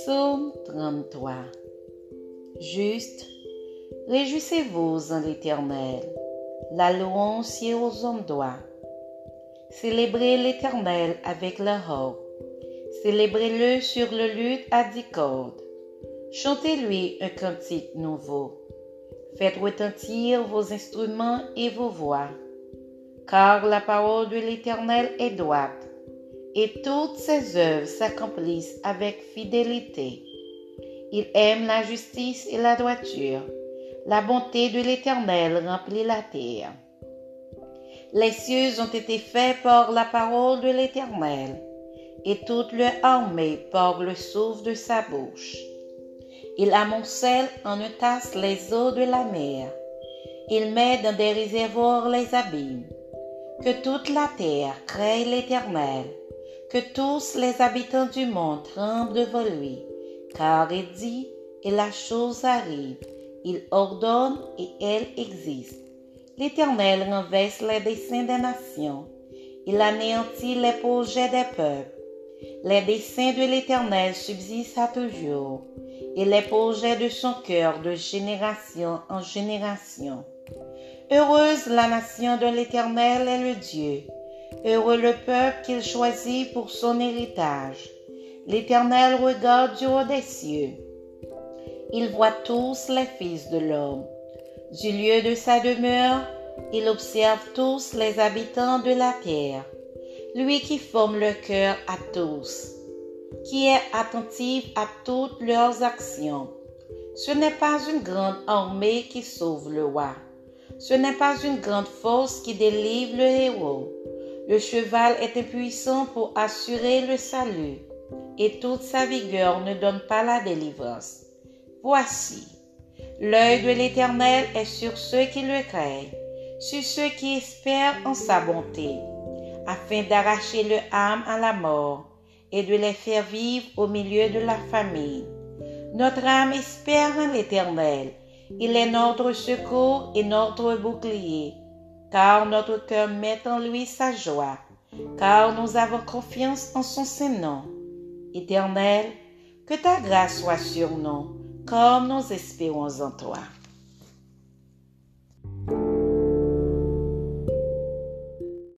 Psaume 33. Juste, réjouissez-vous en l'Éternel, la louange sied aux hommes droits. Célébrez l'Éternel avec le harpe, célébrez-le sur le luth à 10 cordes. Chantez-lui un cantique nouveau, faites retentir vos instruments et vos voix, car la parole de l'Éternel est droite, et toutes ses œuvres s'accomplissent avec fidélité. Il aime la justice et la droiture. La bonté de l'Éternel remplit la terre. Les cieux ont été faits par la parole de l'Éternel, et toute leur armée par le souffle de sa bouche. Il amoncelle en une tasse les eaux de la mer. Il met dans des réservoirs les abîmes. Que toute la terre crée l'Éternel, que tous les habitants du monde tremblent devant lui, car il dit, et la chose arrive, il ordonne et elle existe. L'Éternel renverse les desseins des nations, il anéantit les projets des peuples. Les desseins de l'Éternel subsistent à toujours, et les projets de son cœur de génération en génération. Heureuse la nation de l'Éternel est le Dieu, heureux le peuple qu'il choisit pour son héritage. L'Éternel regarde du haut des cieux. Il voit tous les fils de l'homme. Du lieu de sa demeure, il observe tous les habitants de la terre. Lui qui forme le cœur à tous, qui est attentif à toutes leurs actions. Ce n'est pas une grande armée qui sauve le roi. Ce n'est pas une grande force qui délivre le héros. Le cheval est impuissant pour assurer le salut, et toute sa vigueur ne donne pas la délivrance. Voici, l'œil de l'Éternel est sur ceux qui le craignent, sur ceux qui espèrent en sa bonté, afin d'arracher leur âme à la mort et de les faire vivre au milieu de la famine. Notre âme espère en l'Éternel. Il est notre secours et notre bouclier, car notre cœur met en lui sa joie, car nous avons confiance en son Saint-Nom. Éternel, que ta grâce soit sur nous, comme nous espérons en toi.